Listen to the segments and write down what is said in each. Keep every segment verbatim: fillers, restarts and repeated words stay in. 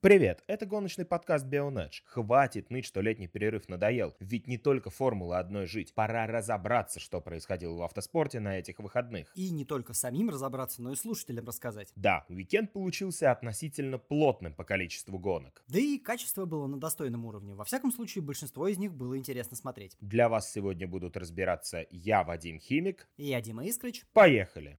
Привет, это гоночный подкаст Bionedge. Хватит ныть, что летний перерыв надоел, ведь не только Формулы одной жить. Пора разобраться, что происходило в автоспорте на этих выходных. И не только самим разобраться, но и слушателям рассказать. Да, уикенд получился относительно плотным по количеству гонок. Да и качество было на достойном уровне. Во всяком случае, большинство из них было интересно смотреть. Для вас сегодня будут разбираться я, Вадим Химик. И я, Дима Искрич. Поехали!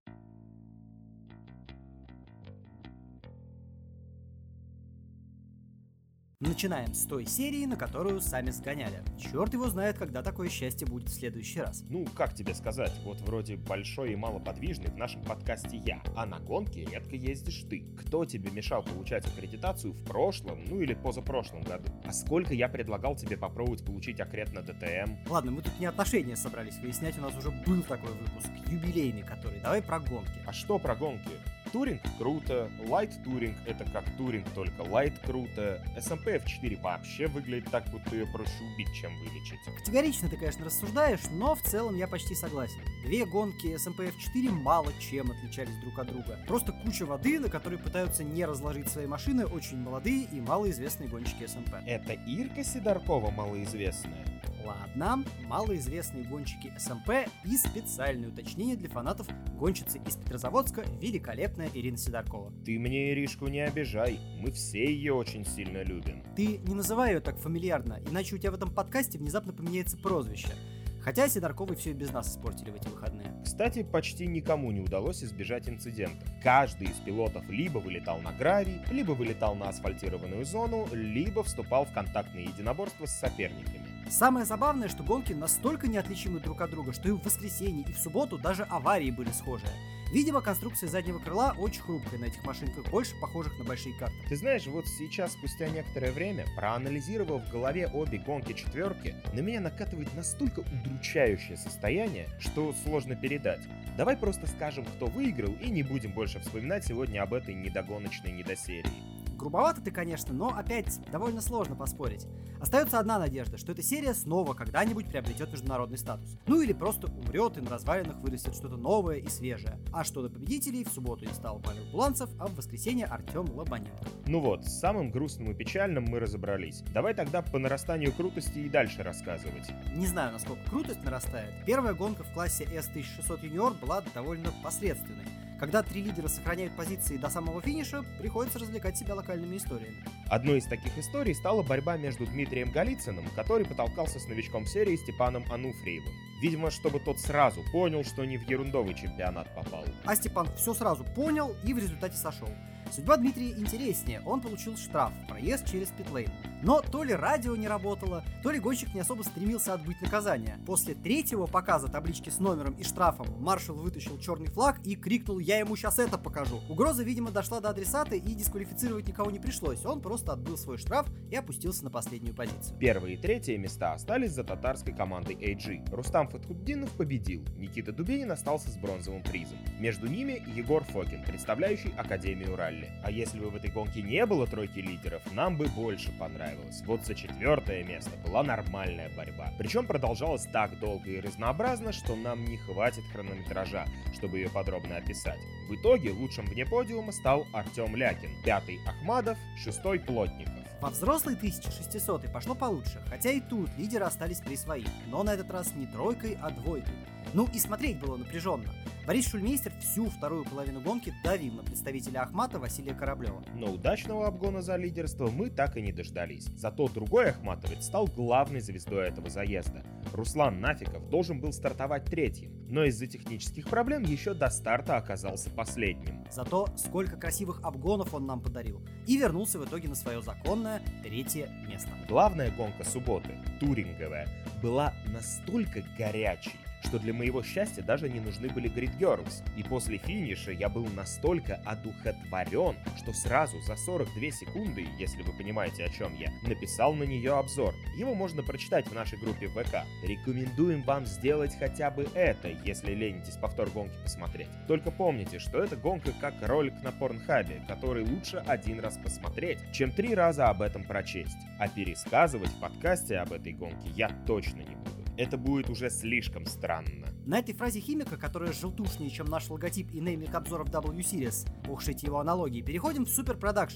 Начинаем с той серии, на которую сами сгоняли. Черт его знает, когда такое счастье будет в следующий раз. Ну, как тебе сказать, вот вроде большой и малоподвижный в нашем подкасте я, а на гонке редко ездишь ты. Кто тебе мешал получать аккредитацию в прошлом, ну или позапрошлом году? А сколько я предлагал тебе попробовать получить аккрет на ДТМ? Ладно, мы тут не отношения собрались выяснять, у нас уже был такой выпуск, юбилейный который. Давай про гонки. А что про гонки? Туринг круто, лайт туринг это как туринг, только лайт круто. эс эм пи эф четыре вообще выглядит так, будто ее проще убить, чем вылечить. Категорично ты, конечно, рассуждаешь, но в целом я почти согласен. Две гонки эс эм пи эф четыре мало чем отличались друг от друга. Просто куча воды, на которой пытаются не разложить свои машины очень молодые и малоизвестные гонщики эс эм пи. Это Ирка Сидоркова малоизвестная? Ладно, малоизвестные гонщики эс эм пи и специальное уточнение для фанатов гонщицы из Петрозаводска великолепная Ирина Сидоркова. Ты мне Иришку не обижай, мы все ее очень сильно любим. Ты не называй ее так фамильярно, иначе у тебя в этом подкасте внезапно поменяется прозвище. Хотя Сидорковой все и без нас испортили в эти выходные. Кстати, почти никому не удалось избежать инцидентов. Каждый из пилотов либо вылетал на гравий, либо вылетал на асфальтированную зону, либо вступал в контактные единоборства с соперниками. Самое забавное, что гонки настолько неотличимы друг от друга, что и в воскресенье, и в субботу даже аварии были схожие. Видимо, конструкция заднего крыла очень хрупкая на этих машинках, больше похожих на большие карты. Ты знаешь, вот сейчас, спустя некоторое время, проанализировав в голове обе гонки четверки, на меня накатывает настолько удручающее состояние, что сложно передать. Давай просто скажем, кто выиграл, и не будем больше вспоминать сегодня об этой недогоночной недосерии. Грубовато ты, конечно, но опять довольно сложно поспорить. Остается одна надежда, что эта серия снова когда-нибудь приобретет международный статус. Ну или просто умрет и на развалинах вырастет что-то новое и свежее. А что до победителей, в субботу им стал Павел Буланцев, а в воскресенье Артем Лобаненко. Ну вот, с самым грустным и печальным мы разобрались. Давай тогда по нарастанию крутости и дальше рассказывать. Не знаю, насколько крутость нарастает. Первая гонка в классе эс тысяча шестьсот юниор была довольно посредственной. Когда три лидера сохраняют позиции до самого финиша, приходится развлекать себя локальными историями. Одной из таких историй стала борьба между Дмитрием Голицыным, который потолкался с новичком серии Степаном Ануфриевым. Видимо, чтобы тот сразу понял, что не в ерундовый чемпионат попал. А Степан все сразу понял и в результате сошел. Судьба Дмитрия интереснее, он получил штраф, проезд через питлейн. Но то ли радио не работало, то ли гонщик не особо стремился отбыть наказание. После третьего показа таблички с номером и штрафом маршал вытащил черный флаг и крикнул: «Я ему сейчас это покажу». Угроза, видимо, дошла до адресата и дисквалифицировать никого не пришлось, он просто отбыл свой штраф и опустился на последнюю позицию. Первые и третье места остались за татарской командой эй джи. Рустам Фатхуддинов победил, Никита Дубинин остался с бронзовым призом. Между ними Егор Фокин, представляющий Академию ралли. А если бы в этой гонке не было тройки лидеров, нам бы больше понравилось. Вот за четвертое место была нормальная борьба. Причем продолжалась так долго и разнообразно, что нам не хватит хронометража, чтобы ее подробно описать. В итоге лучшим вне подиума стал Артем Лякин, пятый Ахмадов, шестой Плотников. Во взрослой тысяча шестисотой пошло получше, хотя и тут лидеры остались при своих, но на этот раз не тройкой, а двойкой. Ну и смотреть было напряженно. Борис Шульмейстер всю вторую половину гонки давил на представителя Ахмата Василия Кораблева. Но удачного обгона за лидерство мы так и не дождались. Зато другой ахматовец стал главной звездой этого заезда. Руслан Нафиков должен был стартовать третьим, но из-за технических проблем еще до старта оказался последним. Зато сколько красивых обгонов он нам подарил. И вернулся в итоге на свое законное третье место. Главная гонка субботы, туринговая, была настолько горячей, что для моего счастья даже не нужны были Grid Girls. И после финиша я был настолько одухотворен, что сразу за сорок две секунды, если вы понимаете, о чем я, написал на нее обзор. Его можно прочитать в нашей группе в ВК. Рекомендуем вам сделать хотя бы это, если ленитесь повтор гонки посмотреть. Только помните, что эта гонка как ролик на Порнхабе, который лучше один раз посмотреть, чем три раза об этом прочесть. А пересказывать в подкасте об этой гонке я точно не буду. Это будет уже слишком странно. На этой фразе химика, которая желтушнее, чем наш логотип и нейминг обзоров дабл ю Series, ох, эти его аналогии, переходим в Super Production.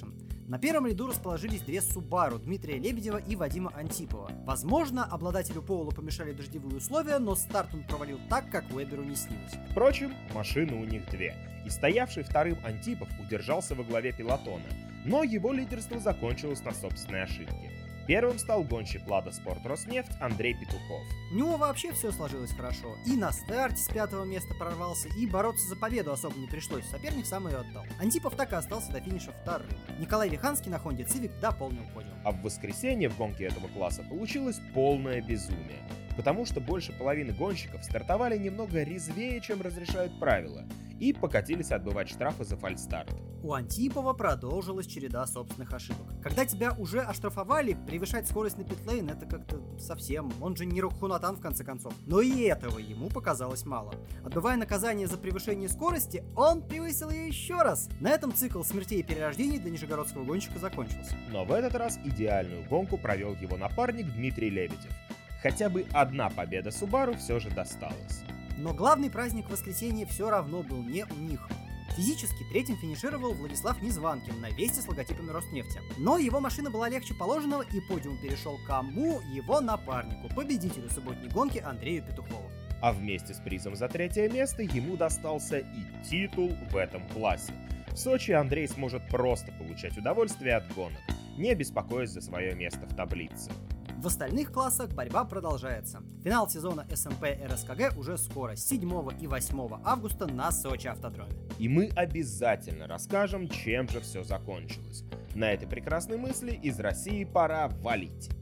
На первом ряду расположились две Subaru Дмитрия Лебедева и Вадима Антипова. Возможно, обладателю Поула помешали дождевые условия, но старт он провалил так, как Веберу не снилось. Впрочем, машины у них две, и стоявший вторым Антипов удержался во главе пелотона, но его лидерство закончилось на собственной ошибке. Первым стал гонщик Лада Спорт Роснефть Андрей Петухов. У него вообще все сложилось хорошо. И на старте с пятого места прорвался, и бороться за победу особо не пришлось. Соперник сам ее отдал. Антипов так и остался до финиша вторым. Николай Виханский на Honda Civic дополнил подиум. А в воскресенье в гонке этого класса получилось полное безумие. Потому что больше половины гонщиков стартовали немного резвее, чем разрешают правила, и покатились отбывать штрафы за фальстарт. У Антипова продолжилась череда собственных ошибок. Когда тебя уже оштрафовали, превышать скорость на питлейн — это как-то совсем, он же не Рухунатан в конце концов. Но и этого ему показалось мало. Отбывая наказание за превышение скорости, он превысил ее еще раз. На этом цикл смертей и перерождений для нижегородского гонщика закончился. Но в этот раз идеальную гонку провел его напарник Дмитрий Лебедев. Хотя бы одна победа Subaru все же досталась. Но главный праздник воскресенья все равно был не у них. Физически третьим финишировал Владислав Незванкин на Весте с логотипами Роснефти. Но его машина была легче положенного, и подиум перешел кому? Его напарнику, победителю субботней гонки Андрею Петухову. А вместе с призом за третье место ему достался и титул в этом классе. В Сочи Андрей сможет просто получать удовольствие от гонок, не беспокоясь за свое место в таблице. В остальных классах борьба продолжается. Финал сезона эс эм пэ эр эс ка гэ уже скоро, седьмого и восьмого августа на Сочи автодроме. И мы обязательно расскажем, чем же все закончилось. На этой прекрасной мысли из России пора валить.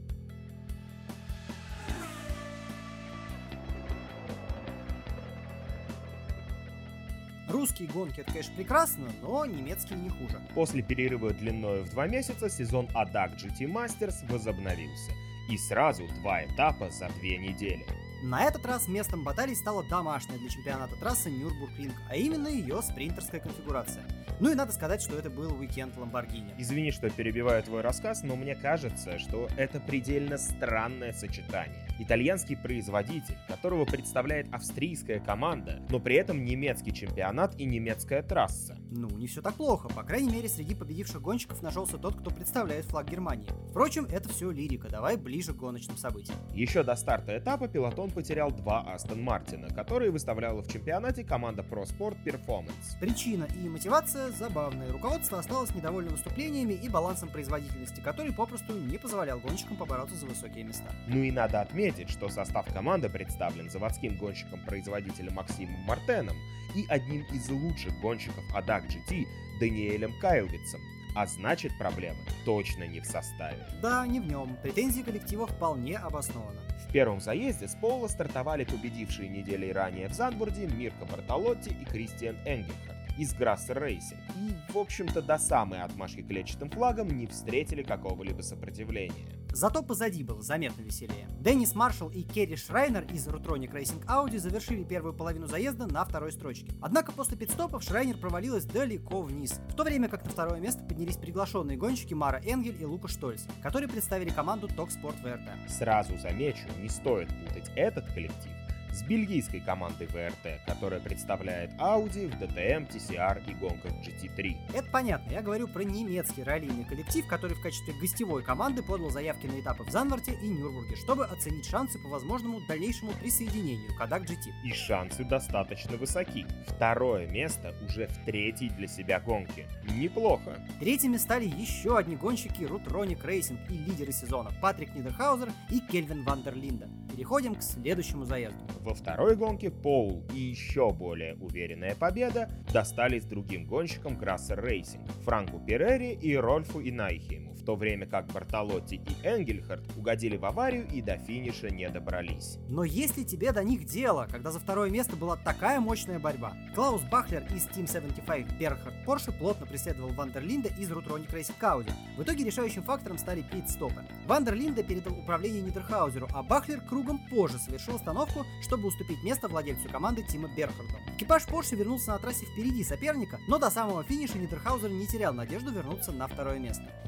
Русские гонки — это, конечно, прекрасно, но немецкие не хуже. После перерыва длиною в два месяца сезон эй ди эй си джи ти Masters возобновился. И сразу два этапа за две недели. На этот раз местом баталий стала домашняя для чемпионата трасса Нюрбургринг, а именно ее спринтерская конфигурация. Ну и надо сказать, что это был уикенд Ламборгини. Извини, что перебиваю твой рассказ, но мне кажется, что это предельно странное сочетание. Итальянский производитель, которого представляет австрийская команда, но при этом немецкий чемпионат и немецкая трасса. Ну, не все так плохо. По крайней мере, среди победивших гонщиков нашелся тот, кто представляет флаг Германии. Впрочем, это все лирика, давай ближе к гоночным событиям. Еще до старта этапа пелотон потерял два Астон Мартина, которые выставляла в чемпионате команда Pro Sport Performance. Причина и мотивация забавная. Руководство осталось недовольно выступлениями и балансом производительности, который попросту не позволял гонщикам побороться за высокие места. Ну и надо отметить, что состав команды представлен заводским гонщиком-производителем Максимом Мартеном и одним из лучших гонщиков эй ди эй си джи ти Даниэлем Кайлвицем. А значит, проблема точно не в составе. Да, не в нем. Претензии коллектива вполне обоснованы. В первом заезде с пола стартовали победившие недели ранее в Зандворде Мирко Бартолотти и Кристиан Энгельхарт из Grasser Racing. И, в общем-то, до самой отмашки клетчатым флагом не встретили какого-либо сопротивления. Зато позади было заметно веселее. Деннис Маршалл и Керри Шрайнер из Rutronic Racing Audi завершили первую половину заезда на второй строчке. Однако после пит-стопов Шрайнер провалилась далеко вниз, в то время как на второе место поднялись приглашенные гонщики Мара Энгель и Лука Штольц, которые представили команду Ток Спорт ви эр тэ. Сразу замечу, не стоит путать этот коллектив с бельгийской командой ви эр тэ, которая представляет Audi в ди ти эм, ти си ар и гонках джи ти три. Это понятно, я говорю про немецкий раллийный коллектив, который в качестве гостевой команды подал заявки на этапы в Зандворте и Нюрбурге, чтобы оценить шансы по возможному дальнейшему присоединению к эй ди эй си джи ти. И шансы достаточно высоки. Второе место уже в третьей для себя гонке. Неплохо. Третьими стали еще одни гонщики Rutronic Racing и лидеры сезона Патрик Нидерхаузер и Кельвин ван дер Линде. Переходим к следующему заезду. Во второй гонке Поул и еще более уверенная победа достались другим гонщикам Grasser Racing — Франку Перерри и Рольфу Инайхейму, в то время как Бартолотти и Энгельхарт угодили в аварию и до финиша не добрались. Но есть ли тебе до них дело, когда за второе место была такая мощная борьба? Клаус Бахлер из Team семьдесят пять Берхард Порше плотно преследовал Ван дер Линде из Rutronic Racing Audi. В итоге решающим фактором стали пит-стопы. Ван дер Линде передал управление Нидерхаузеру, а Бахлер кругом позже совершил остановку, чтобы уступить место владельцу команды Тима Берхарду. Экипаж Порше вернулся на трассе впереди соперника, но до самого финиша Нидерхаузер не терял надежду вернуться на второе место. И все же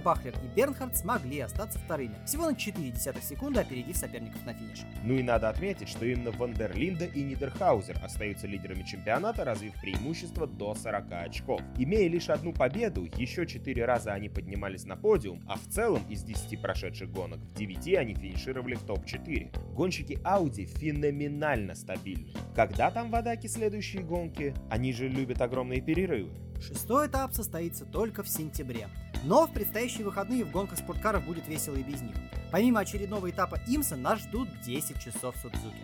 Бахлер и Бернхард смогли остаться вторыми, всего на четыре десятых секунды опередив соперников на финише. Ну и надо отметить, что именно Вандерлинде и Нидерхаузер остаются лидерами чемпионата, развив преимущество до сорока очков. Имея лишь одну победу, еще четыре раза они поднимались на подиум, а в целом из десяти прошедших гонок в девяти они финишировали в топ четыре. Гонщики Audi феноменально стабильны. Когда там в Адаке следующие гонки? Они же любят огромные перерывы. Шестой этап состоится только в сентябре. Но в предстоящие выходные в гонках спорткаров будет весело и без них. Помимо очередного этапа Имса нас ждут десять часов Судзуки.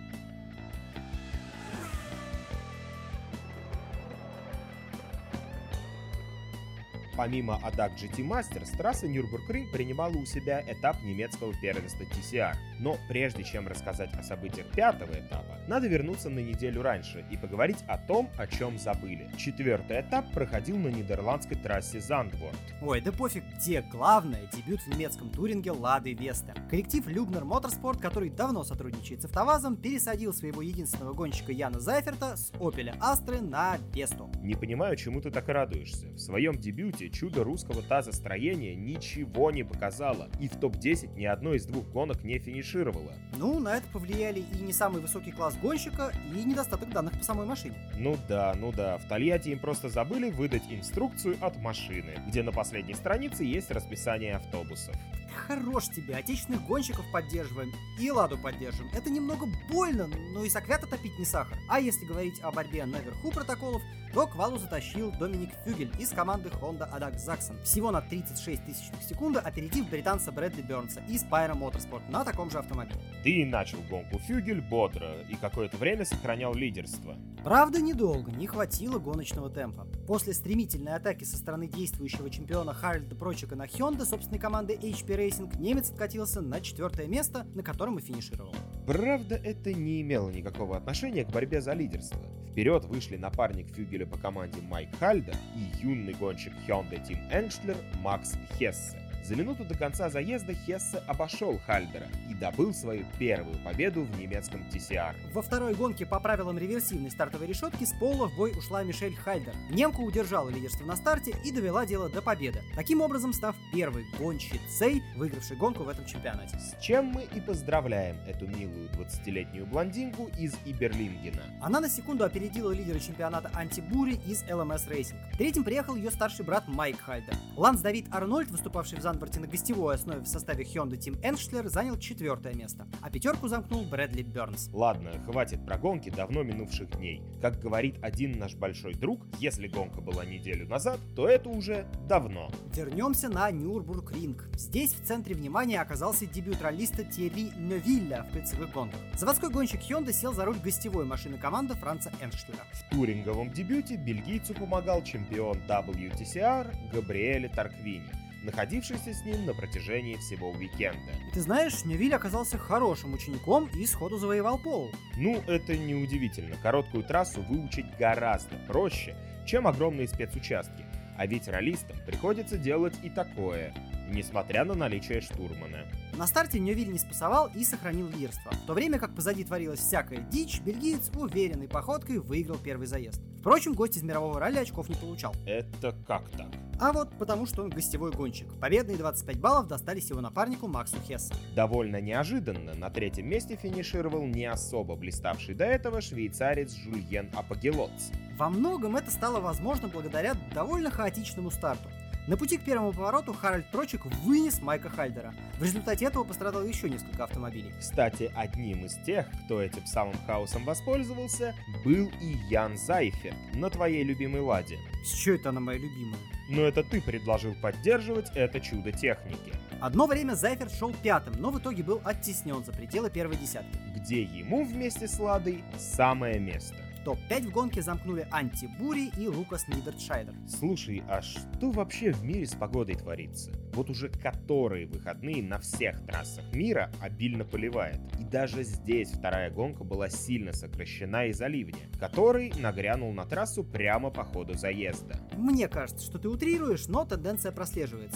Помимо Adak джи ти Masters, трасса Нюрбургринг принимала у себя этап немецкого первенства ти си ар. Но прежде чем рассказать о событиях пятого этапа, надо вернуться на неделю раньше и поговорить о том, о чем забыли. Четвертый этап проходил на нидерландской трассе Зандворт. Ой, да пофиг где, главное, дебют в немецком туринге Лады Веста. Коллектив Любнер Моторспорт, который давно сотрудничает с АвтоВАЗом, пересадил своего единственного гонщика Яна Зайферта с Opel Astra на Весту. Не понимаю, чему ты так радуешься. В своем дебюте чудо русского тазостроения ничего не показало, и в топ десять ни одной из двух гонок не финишировало. Ну, на это повлияли и не самый высокий класс гонщика, и недостаток данных по самой машине. Ну да, ну да, в Тольятти им просто забыли выдать инструкцию от машины, где на последней странице есть расписание автобусов. Хорош тебе, отечественных гонщиков поддерживаем и Ладу поддержим. Это немного больно, но и соквята топить не сахар. А если говорить о борьбе наверху протоколов, то к валу затащил Доминик Фюгель из команды Honda Adak Zaxxon, всего на тридцать шесть тысячных секунды опередив британца Брэдли Бернса из Pyro Motorsport на таком же автомобиле. Ты начал гонку Фюгель бодро и какое-то время сохранял лидерство. Правда, недолго, не хватило гоночного темпа. После стремительной атаки со стороны действующего чемпиона Харальда Прочика на Hyundai собственной команды эйч пи Racing, немец откатился на четвертое место, на котором и финишировал. Правда, это не имело никакого отношения к борьбе за лидерство. Вперед вышли напарник Фюгеля по команде Майк Хальда и юный гонщик Hyundai Team Engstler Макс Хессе. За минуту до конца заезда Хессе обошел Хальдера и добыл свою первую победу в немецком ти си ар. Во второй гонке по правилам реверсивной стартовой решетки с пола в бой ушла Мишель Хальдер. Немка удержала лидерство на старте и довела дело до победы, таким образом став первой гонщицей, выигравшей гонку в этом чемпионате. С чем мы и поздравляем эту милую двадцатилетнюю блондинку из Иберлингена. Она на секунду опередила лидера чемпионата Анти Бури из эл эм эс Racing. Третьим приехал ее старший брат Майк Хальдер. Ланс Давид Арнольд, выступавший в Зандворте на гостевой основе в составе Hyundai Team Engstler, занял четвертое место, а пятерку замкнул Брэдли Бернс. Ладно, хватит про гонки давно минувших дней. Как говорит один наш большой друг, если гонка была неделю назад, то это уже давно. Вернемся на Нюрбургринг. Здесь в центре внимания оказался дебют раллиста Тьерри Невилля в кольцевых гонках. Заводской гонщик Hyundai сел за руль гостевой машины команды Франца Энштлера. В туринговом дебюте бельгийцу помогал чемпион дабл ю ти си ар Габриэле Тарквини, находившийся с ним на протяжении всего уикенда. Ты знаешь, Невиль оказался хорошим учеником и сходу завоевал пол. Ну, это неудивительно. Короткую трассу выучить гораздо проще, чем огромные спецучастки. А ведь раллистам приходится делать и такое, несмотря на наличие штурмана. На старте Невиль не спасовал и сохранил лидерство. В то время как позади творилась всякая дичь, бельгиец уверенной походкой выиграл первый заезд. Впрочем, гость из мирового ралли очков не получал. Это как так? А вот потому, что он гостевой гонщик. Победные двадцать пять баллов достались его напарнику Максу Хессе. Довольно неожиданно на третьем месте финишировал не особо блиставший до этого швейцарец Жульен Апогелоц. Во многом это стало возможно благодаря довольно хаотичному старту. На пути к первому повороту Харальд Прочик вынес Майка Хальдера. В результате этого пострадало еще несколько автомобилей. Кстати, одним из тех, кто этим самым хаосом воспользовался, был и Ян Зайферт на твоей любимой Ладе. С чего это она моя любимая? Но это ты предложил поддерживать это чудо техники. Одно время Зайферт шел пятым, но в итоге был оттеснен за пределы первой десятки. Где ему вместе с Ладой самое место. топ пять в гонке замкнули Анти Бури и Лукас Нидертшайдер. Слушай, а что вообще в мире с погодой творится? Вот уже которые выходные на всех трассах мира обильно поливает. И даже здесь вторая гонка была сильно сокращена из-за ливня, который нагрянул на трассу прямо по ходу заезда. Мне кажется, что ты утрируешь, но тенденция прослеживается.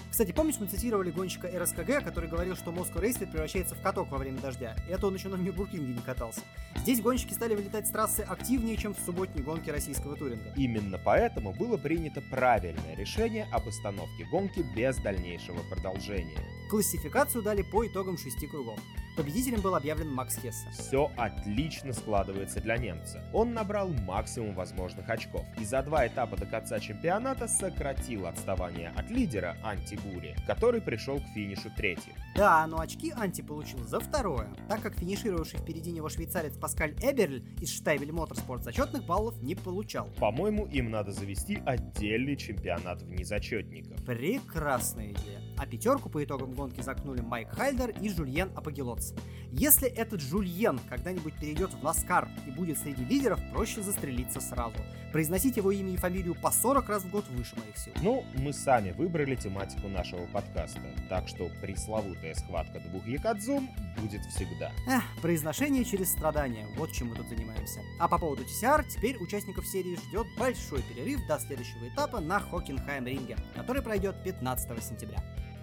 Кстати, помнишь, мы цитировали гонщика эр эс ка гэ, который говорил, что Moscow Raceway превращается в каток во время дождя. И это он еще на Нюрбургринге не катался. Здесь гонщики стали вылетать с трассы активнее, чем в субботней гонке российского туринга. Именно поэтому было принято правильное решение об остановке гонки без дальнейшего продолжения. Классификацию дали по итогам шести кругов. Победителем был объявлен Макс Хессе. Все отлично складывается для немца. Он набрал максимум возможных очков и за два этапа до конца чемпионата сократил отставание от лидера Анти Бури, который пришел к финишу третьим. Да, но очки Анти получил за второе, так как финишировавший впереди него швейцарец Паскаль Эберль из Штайвель Моторспорт зачетных баллов не получал. По-моему, им надо завести отдельный чемпионат внезачетников. Прекрасная идея. А пятерку по итогам гонки закнули Майк Хальдер и Жульен Апогелоц. Если этот Жульен когда-нибудь перейдет в Наскар и будет среди лидеров, проще застрелиться сразу. Произносить его имя и фамилию по сорок раз в год выше моих сил. Ну, мы сами выбрали тематику нашего подкаста, так что пресловутая схватка двух якадзум будет всегда. Эх, произношение через страдания, вот чем мы тут занимаемся. А по поводу ти си ар, теперь участников серии ждет большой перерыв до следующего этапа на Хокенхайм-ринге, который пройдет пятнадцатого сентября.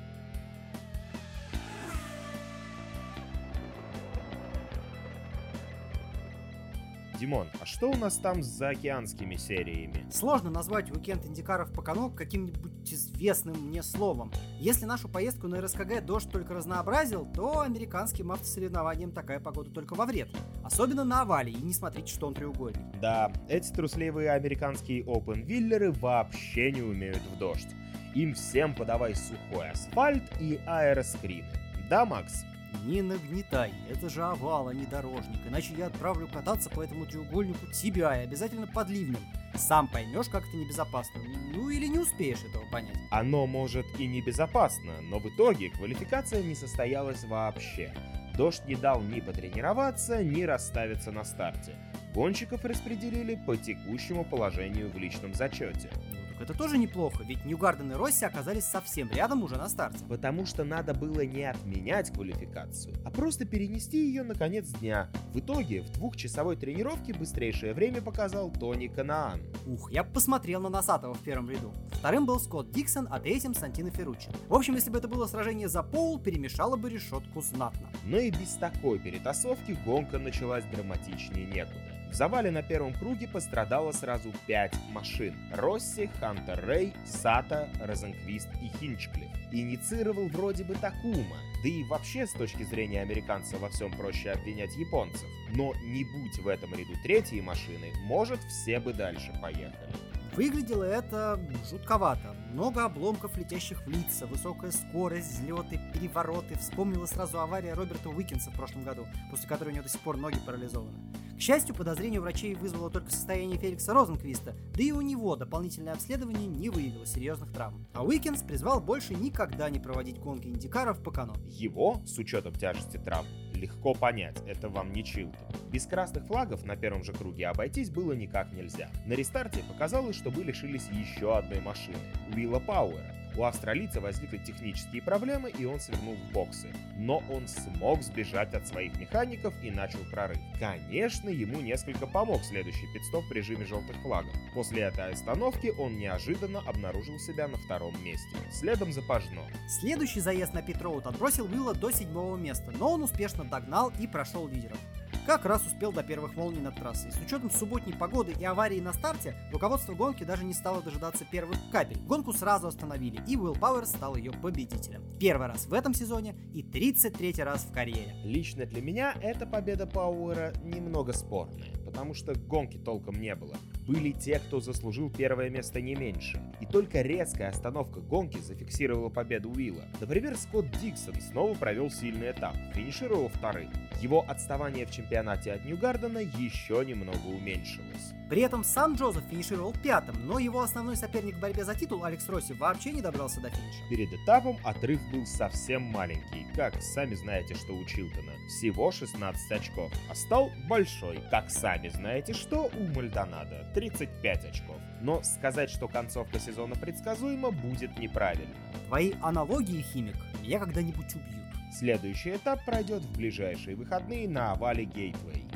Димон, а что у нас там с заокеанскими сериями? Сложно назвать уикенд индикаров Покано каким-нибудь известным мне словом. Если нашу поездку на эр эс ка гэ дождь только разнообразил, то американским автосоревнованиям такая погода только во вред. Особенно на овале, и не смотрите, что он треугольный. Да, эти трусливые американские опен-виллеры вообще не умеют в дождь. Им всем подавай сухой асфальт и аэроскрины. Да, Макс? Не нагнетай, это же овал, а не дорожник, иначе я отправлю кататься по этому треугольнику тебя и обязательно под ливнем. Сам поймешь, как это небезопасно. Ну или не успеешь этого понять. Оно может и небезопасно, но в итоге квалификация не состоялась вообще. Дождь не дал ни потренироваться, ни расставиться на старте. Гонщиков распределили по текущему положению в личном зачете. Это тоже неплохо, ведь Ньюгарден и Росси оказались совсем рядом уже на старте. Потому что надо было не отменять квалификацию, а просто перенести ее на конец дня. В итоге в двухчасовой тренировке быстрейшее время показал Тони Канаан. Ух, я бы посмотрел на носатого в первом ряду. Вторым был Скотт Диксон, а третьим Сантино Ферруччи. В общем, если бы это было сражение за пол, перемешало бы решетку знатно. Но и без такой перетасовки гонка началась драматичнее некуда. В завале на первом круге пострадало сразу пять машин. Росси, Хантер Рей, Сато, Розенквист и Хинчклифф. Инициировал вроде бы Такума. Да и вообще, с точки зрения американца, во всем проще обвинять японцев. Но не будь в этом ряду третьей машины, может, все бы дальше поехали. Выглядело это жутковато. Много обломков, летящих в лица, высокая скорость, взлеты, перевороты. Вспомнила сразу авария Роберта Уикенса в прошлом году, после которой у него до сих пор ноги парализованы. К счастью, подозрение врачей вызвало только состояние Феликса Розенквиста, да и у него дополнительное обследование не выявило серьезных травм. А Уикенс призвал больше никогда не проводить гонки индикаров по Покано. Его, с учетом тяжести травм, легко понять, это вам не Чилтон. Без красных флагов на первом же круге обойтись было никак нельзя. На рестарте показалось, что мы лишились еще одной машины – Уилла Пауэра. У австралийца возникли технические проблемы, и он свернул в боксы. Но он смог сбежать от своих механиков и начал прорыв. Конечно, ему несколько помог следующий пит-стоп в режиме желтых флагов. После этой остановки он неожиданно обнаружил себя на втором месте, следом за Пажно. Следующий заезд на пит-роуд отбросил Уилла до седьмого места, но он успешно догнал и прошел лидеров. Как раз успел до первых молний над трассой. С учетом субботней погоды и аварии на старте, руководство гонки даже не стало дожидаться первых капель. Гонку сразу остановили, и Уилл Пауэрс стал ее победителем. Первый раз в этом сезоне и тридцать третий раз в карьере. Лично для меня эта победа Пауэра немного спорная, потому что гонки толком не было. Были те, кто заслужил первое место не меньше. И только резкая остановка гонки зафиксировала победу Уилла. Например, Скотт Диксон снова провел сильный этап, финишировал вторым. Его отставание в чемпионате от Ньюгардена еще немного уменьшилось. При этом сам Джозеф финишировал пятым, но его основной соперник в борьбе за титул, Алекс Росси, вообще не добрался до финиша. Перед этапом отрыв был совсем маленький, как сами знаете, что у Чилтона. Всего шестнадцать очков. А стал большой, как сами знаете, что у Мальдонадо. тридцать пять очков. Но сказать, что концовка сезона предсказуема, будет неправильно. Твои аналогии, химик, меня когда-нибудь убьют. Следующий этап пройдет в ближайшие выходные на овале Гейтвей.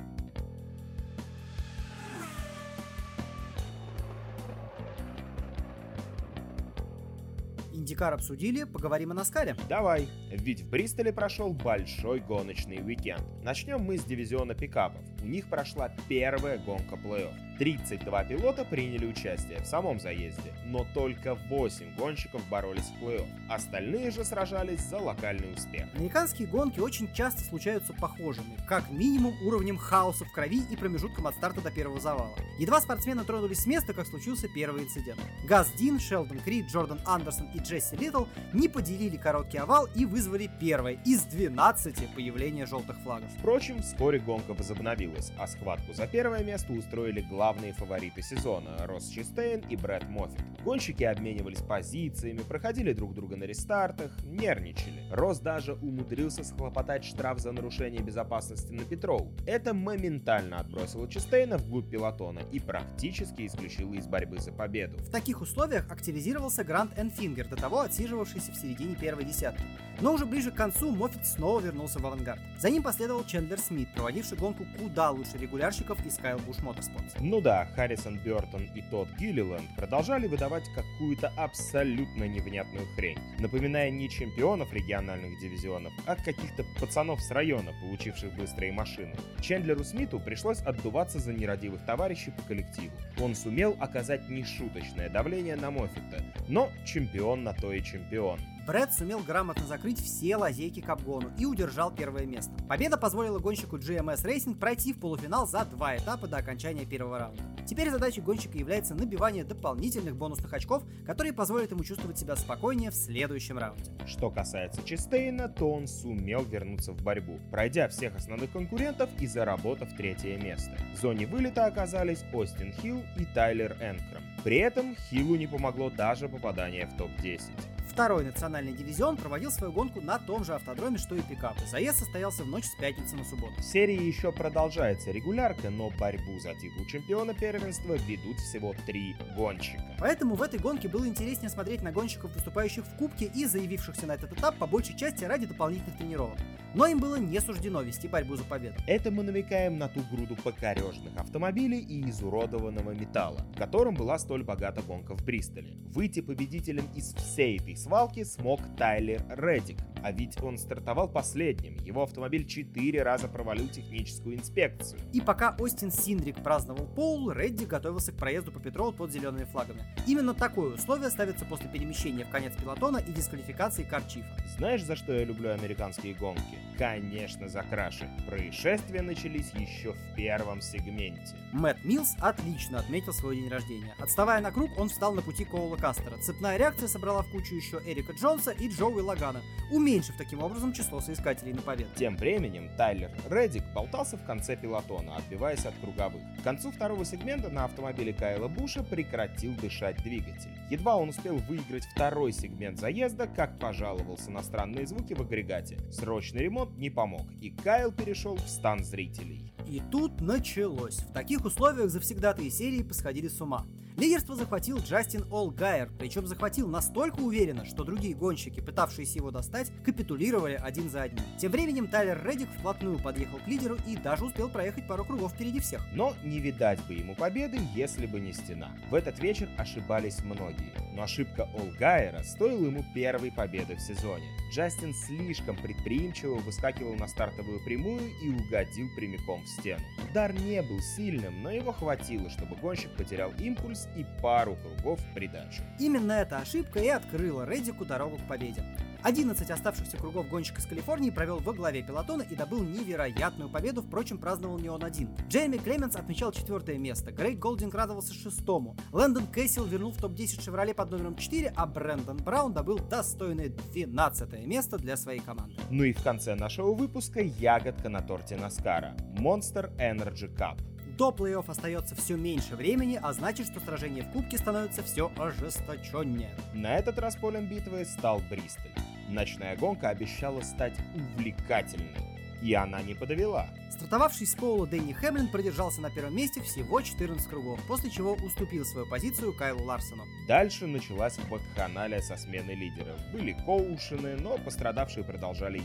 IndyCar обсудили, поговорим о Наскаре. Давай, ведь в Бристоле прошел большой гоночный уикенд. Начнем мы с дивизиона пикапов. У них прошла первая гонка плей-офф. тридцать два пилота приняли участие в самом заезде, но только восемь гонщиков боролись в плей-офф. Остальные же сражались за локальный успех. Американские гонки очень часто случаются похожими, как минимум уровнем хаоса в крови и промежутком от старта до первого завала. Едва спортсмены тронулись с места, как случился первый инцидент. Газ Дин, Шелдон Крид, Джордан Андерсон и Джесси Литтл не поделили короткий овал и вызвали первое из двенадцати появления желтых флагов. Впрочем, вскоре гонка возобновилась, а схватку за первое место устроили главные фавориты сезона — Росс Честейн и Брэд Моффит. Гонщики обменивались позициями, проходили друг друга на рестартах, нервничали. Росс даже умудрился схлопотать штраф за нарушение безопасности на Петроу. Это моментально отбросило Честейна вглубь пелотона и практически исключило из борьбы за победу. В таких условиях активизировался Грант Энфингер, до того отсиживавшийся в середине первой десятки. Но уже ближе к концу Моффит снова вернулся в авангард. За ним последовал Чендлер Смит, проводивший гонку куда лучше регулярщиков из Kyle Busch Motorsports. Ну да, Харрисон Бёртон и Тодд Гиллиленд продолжали выдавать какую-то абсолютно невнятную хрень, напоминая не чемпионов региональных дивизионов, а каких-то пацанов с района, получивших быстрые машины. Чендлеру Смиту пришлось отдуваться за нерадивых товарищей по коллективу. Он сумел оказать нешуточное давление на Моффита, но чемпион на то и чемпион. Брэд сумел грамотно закрыть все лазейки к обгону и удержал первое место. Победа позволила гонщику джи эм эс Racing пройти в полуфинал за два этапа до окончания первого раунда. Теперь задачей гонщика является набивание дополнительных бонусных очков, которые позволят ему чувствовать себя спокойнее в следующем раунде. Что касается Честейна, то он сумел вернуться в борьбу, пройдя всех основных конкурентов и заработав третье место. В зоне вылета оказались Остин Хилл и Тайлер Энкрам. При этом Хиллу не помогло даже попадание в топ десять. Второй национальный дивизион проводил свою гонку на том же автодроме, что и пикапы. Заезд состоялся в ночь с пятницы на субботу. В серии еще продолжается регулярка, но борьбу за титул чемпиона первенства ведут всего три гонщика. Поэтому в этой гонке было интереснее смотреть на гонщиков, выступающих в кубке и заявившихся на этот этап по большей части ради дополнительных тренировок. Но им было не суждено вести борьбу за победу. Это мы намекаем на ту груду покорежных автомобилей и изуродованного металла, в котором была столь богата гонка в Бристоле. Выйти победителем из всей этой свалки смог Тайлер Реддик, а ведь он стартовал последним, его автомобиль четыре раза провалил техническую инспекцию. И пока Остин Синдрик праздновал пол, Реддик готовился к проезду по Петроу под зелеными флагами. Именно такое условие ставится после перемещения в конец пелотона и дисквалификации карчифа. Знаешь, за что я люблю американские гонки? Конечно, за краши. Происшествия начались еще в первом сегменте. Мэтт Милс отлично отметил свой день рождения. Отставая на круг, он встал на пути Коула Кастера. Цепная реакция собрала в кучу еще Эрика Джонса и Джоуи Лагана, уменьшив таким образом число соискателей на победу. Тем временем Тайлер Реддик болтался в конце пелотона, отбиваясь от круговых. К концу второго сегмента на автомобиле Кайла Буша прекратил дышать двигатель. Едва он успел выиграть второй сегмент заезда, как пожаловался на странные звуки в агрегате. Срочный ремонт не помог, и Кайл перешел в стан зрителей. И тут началось. В таких условиях завсегдатые серии посходили с ума. Лидерство захватил Джастин Олгайер, причем захватил настолько уверенно, что другие гонщики, пытавшиеся его достать, капитулировали один за одним. Тем временем Тайлер Реддик вплотную подъехал к лидеру и даже успел проехать пару кругов впереди всех. Но не видать бы ему победы, если бы не стена. В этот вечер ошибались многие, но ошибка Олгайера стоила ему первой победы в сезоне. Джастин слишком предприимчиво выскакивал на стартовую прямую и угодил прямиком в стену. Удар не был сильным, но его хватило, чтобы гонщик потерял импульс и пару кругов в придачу. Именно эта ошибка и открыла Реддику дорогу к победе. одиннадцать оставшихся кругов гонщик из Калифорнии провел во главе пелотона и добыл невероятную победу, впрочем, праздновал не он один. Джейми Клеменс отмечал четвертое место, Грейг Голдинг радовался шестому, Лэндон Кэссил вернул в топ десять Шевроле под номером четыре, а Брэндон Браун добыл достойное двенадцатое место для своей команды. Ну и в конце нашего выпуска ягодка на торте Наскара – Monster Energy Cup. До плей-офф остается все меньше времени, а значит, что сражение в кубке становится все ожесточеннее. На этот раз полем битвы стал Бристоль. Ночная гонка обещала стать увлекательной, и она не подвела. Стартовавший с пола Дэнни Хэмлин продержался на первом месте всего четырнадцать кругов, после чего уступил свою позицию Кайлу Ларсону. Дальше началась вакханалия со сменой лидеров. Были коушены, но пострадавшие продолжали ехать.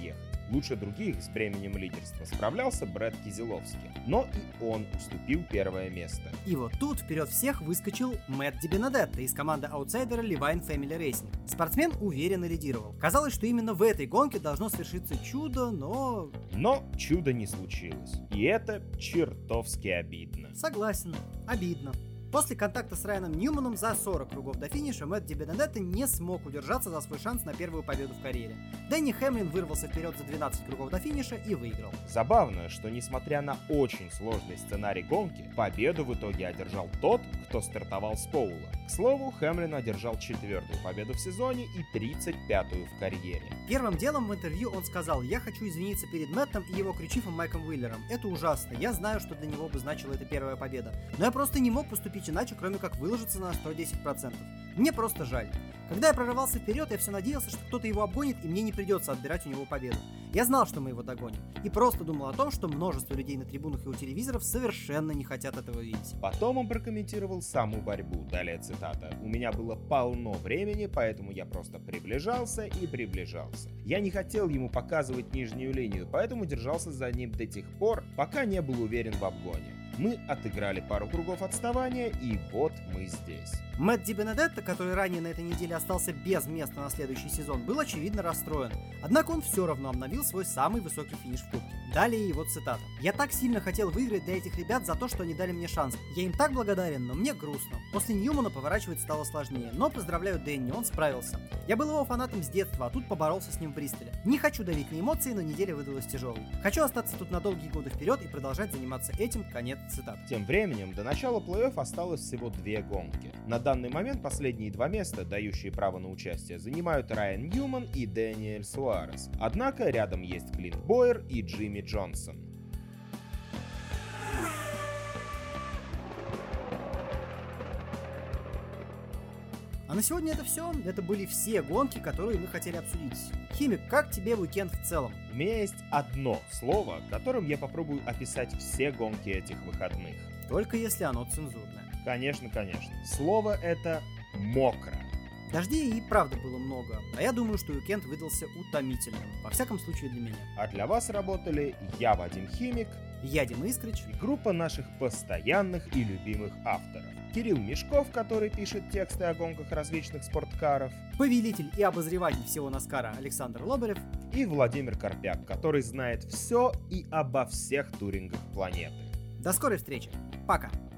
Лучше других с бременем лидерства справлялся Брэд Кизеловский, но и он уступил первое место. И вот тут вперед всех выскочил Мэтт Ди Бенедетто из команды аутсайдера Leavine Family Racing. Спортсмен уверенно лидировал. Казалось, что именно в этой гонке должно свершиться чудо, но... Но чудо не случилось. И это чертовски обидно. Согласен, обидно. После контакта с Райаном Ньюманом за сорок кругов до финиша Мэтт Ди Бенедетто не смог удержаться за свой шанс на первую победу в карьере. Дэнни Хэмлин вырвался вперед за двенадцать кругов до финиша и выиграл. Забавно, что несмотря на очень сложный сценарий гонки, победу в итоге одержал тот, кто стартовал с поула. К слову, Хэмлин одержал четвертую победу в сезоне и тридцать пятую в карьере. Первым делом в интервью он сказал: «Я хочу извиниться перед Мэттом и его крючифом Майком Уиллером. Это ужасно. Я знаю, что для него бы значила эта первая победа. Но я просто не мог поступить иначе, кроме как выложиться на сто десять процентов. Мне просто жаль. Когда я прорывался вперед, я все надеялся, что кто-то его обгонит, и мне не придется отбирать у него победу. Я знал, что мы его догоним, и просто думал о том, что множество людей на трибунах и у телевизоров совершенно не хотят этого видеть». Потом он прокомментировал саму борьбу, далее цитата: «У меня было полно времени, поэтому я просто приближался и приближался. Я не хотел ему показывать нижнюю линию, поэтому держался за ним до тех пор, пока не был уверен в обгоне. Мы отыграли пару кругов отставания, и вот мы здесь». Мэтт Ди Бенедетто, который ранее на этой неделе остался без места на следующий сезон, был очевидно расстроен. Однако он все равно обновил свой самый высокий финиш в Кубке. Далее его цитата: «Я так сильно хотел выиграть для этих ребят за то, что они дали мне шанс. Я им так благодарен, но мне грустно. После Ньюмана поворачивать стало сложнее, но поздравляю Дэнни, он справился. Я был его фанатом с детства, а тут поборолся с ним в Бристоле. Не хочу давить на эмоции, но неделя выдалась тяжелой. Хочу остаться тут на долгие годы вперед и продолжать заниматься этим». Конец цитаты. Тем временем до начала плей-офф осталось всего две гонки. На данный момент последние два места, дающие право на участие, занимают Райан Ньюман и Дэниэль Суарес. Однако рядом есть Клинт Бойер и Джимми Джонсон. А на сегодня это все. Это были все гонки, которые мы хотели обсудить. Химик, как тебе уикенд в целом? У меня есть одно слово, которым я попробую описать все гонки этих выходных. Только если оно цензурное. Конечно, конечно. Слово это «мокро». Дождей и правда было много, а я думаю, что уикенд выдался утомительным, во всяком случае для меня. А для вас работали я, Вадим Химик, я, Дима Искрич, и группа наших постоянных и любимых авторов. Кирилл Мешков, который пишет тексты о гонках различных спорткаров, повелитель и обозреватель всего Наскара Александр Лобарев и Владимир Карпяк, который знает все и обо всех турингах планеты. До скорой встречи. Пока.